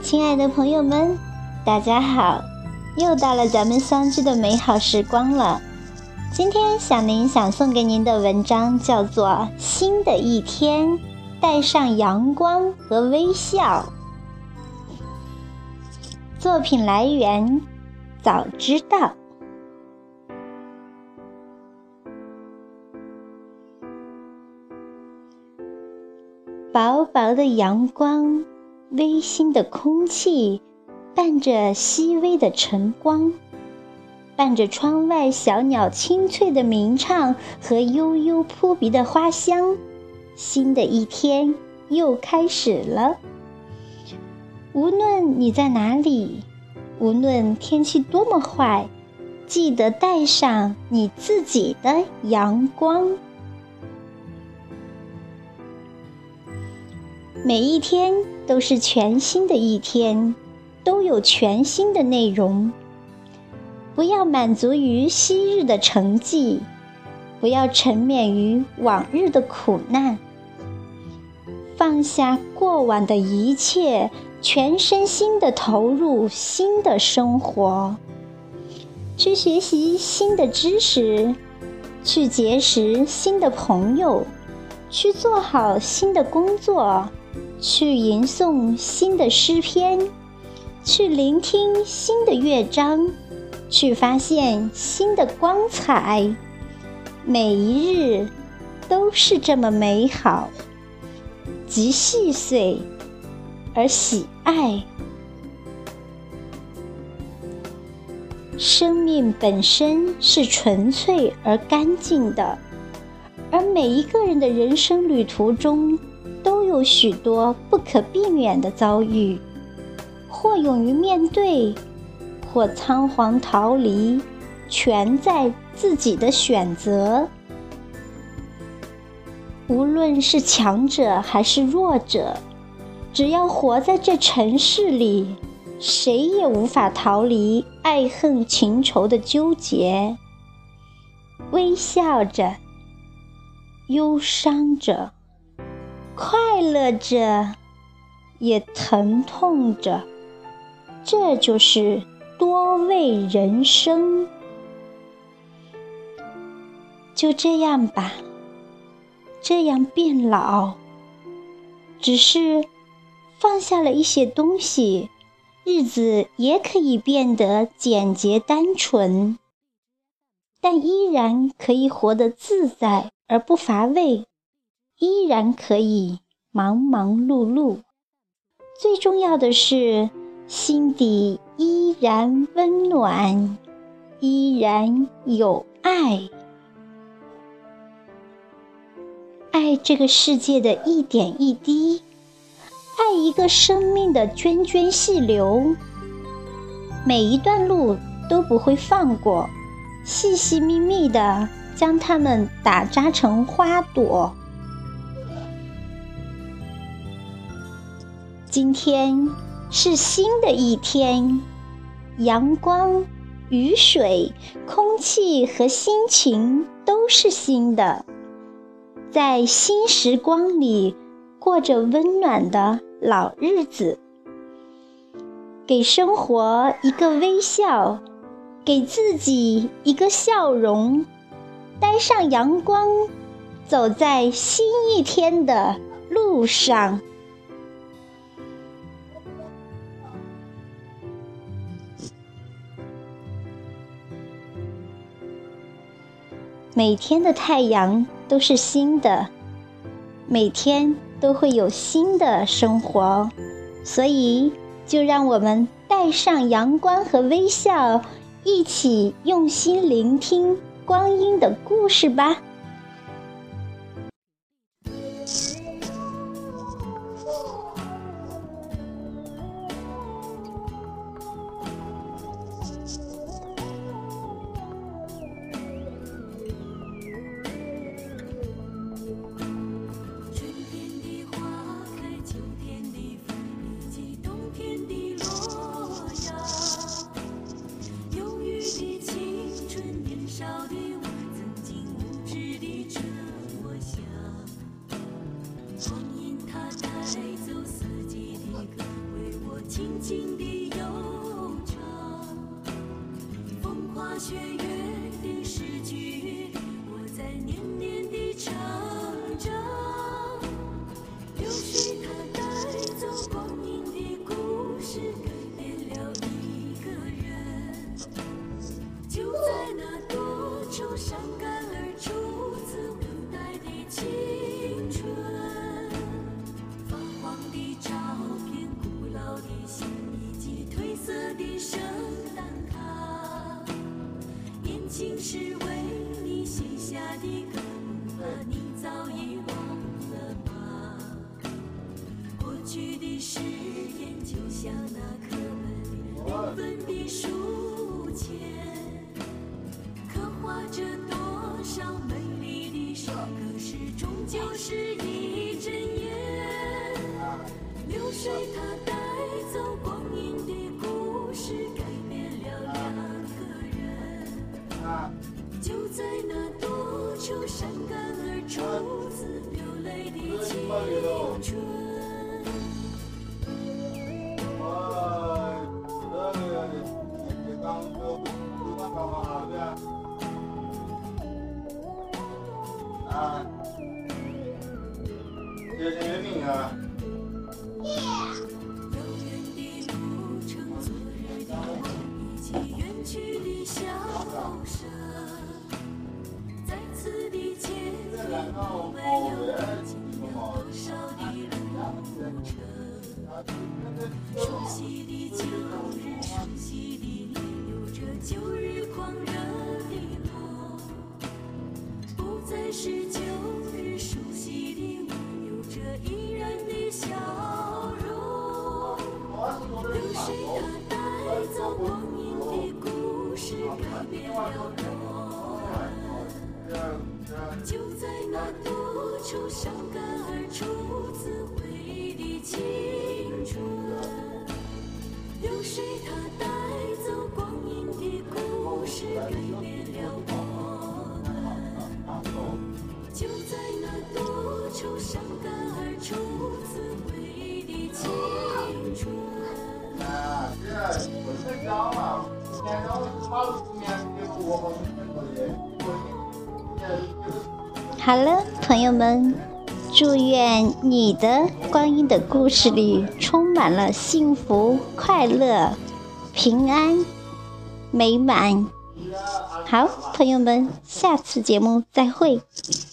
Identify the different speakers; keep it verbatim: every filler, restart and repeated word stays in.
Speaker 1: 亲爱的朋友们，大家好，又到了咱们相聚的美好时光了。今天小林想送给您的文章叫做《新的一天，带上阳光和微笑》。作品来源早知道。薄薄的阳光，微腥的空气，伴着细微的晨光，伴着窗外小鸟清脆的鸣唱和悠悠扑鼻的花香，新的一天又开始了。无论你在哪里，无论天气多么坏，记得带上你自己的阳光。每一天都是全新的一天，都有全新的内容。不要满足于昔日的成绩，不要沉湎于往日的苦难，放下过往的一切，全身心地投入新的生活，去学习新的知识，去结识新的朋友，去做好新的工作，去吟诵新的诗篇，去聆听新的乐章，去发现新的光彩。每一日都是这么美好，极细碎而喜爱。生命本身是纯粹而干净的，而每一个人的人生旅途中都有许多不可避免的遭遇，或勇于面对，或仓皇逃离，全在自己的选择。无论是强者还是弱者，只要活在这尘世里，谁也无法逃离爱恨情仇的纠结。微笑着，忧伤着，快乐着，也疼痛着，这就是多味人生。就这样吧，这样变老，只是放下了一些东西，日子也可以变得简洁单纯，但依然可以活得自在而不乏味，依然可以忙忙碌碌。最重要的是，心底依然温暖，依然有爱。爱这个世界的一点一滴，爱一个生命的涓涓细流，每一段路都不会放过，细细密密地将它们打扎成花朵。今天是新的一天，阳光、雨水、空气和心情都是新的，在新时光里过着温暖的老日子，给生活一个微笑，给自己一个笑容，带上阳光，走在新一天的路上。每天的太阳都是新的，每天都会有新的生活，所以就让我们带上阳光和微笑，一起用心聆听光阴的故事吧。
Speaker 2: 少的我曾经无知的誓言就像那课本缤纷的书签，刻画着多少美丽的诗，可是终究是一阵烟。流水它带走光阴的故事，改变了两个人。就在那多愁善感而初次流泪的青春。
Speaker 3: 啊，这是月饼啊。
Speaker 2: 遥远的路程，昨日的梦，以及远去的笑声，再次的见面，有没有经有多少的路程？熟悉的旧日，熟悉的你，有着旧日狂热的梦，不再是旧日熟悉的我，有着依然的笑容。流水它带走光阴的故事，改变了我们。就在那多愁善感而初次回忆的青春，流水它带走光阴的故事，改变了我们。就在那多愁善感而初次回忆的青春。
Speaker 3: 啊，这不是教嘛，现在我马路后面有我们很多的，
Speaker 1: 好了，朋友们，祝愿你的光阴的故事里充满了幸福、快乐、平安、美满。好，朋友们，下次节目再会。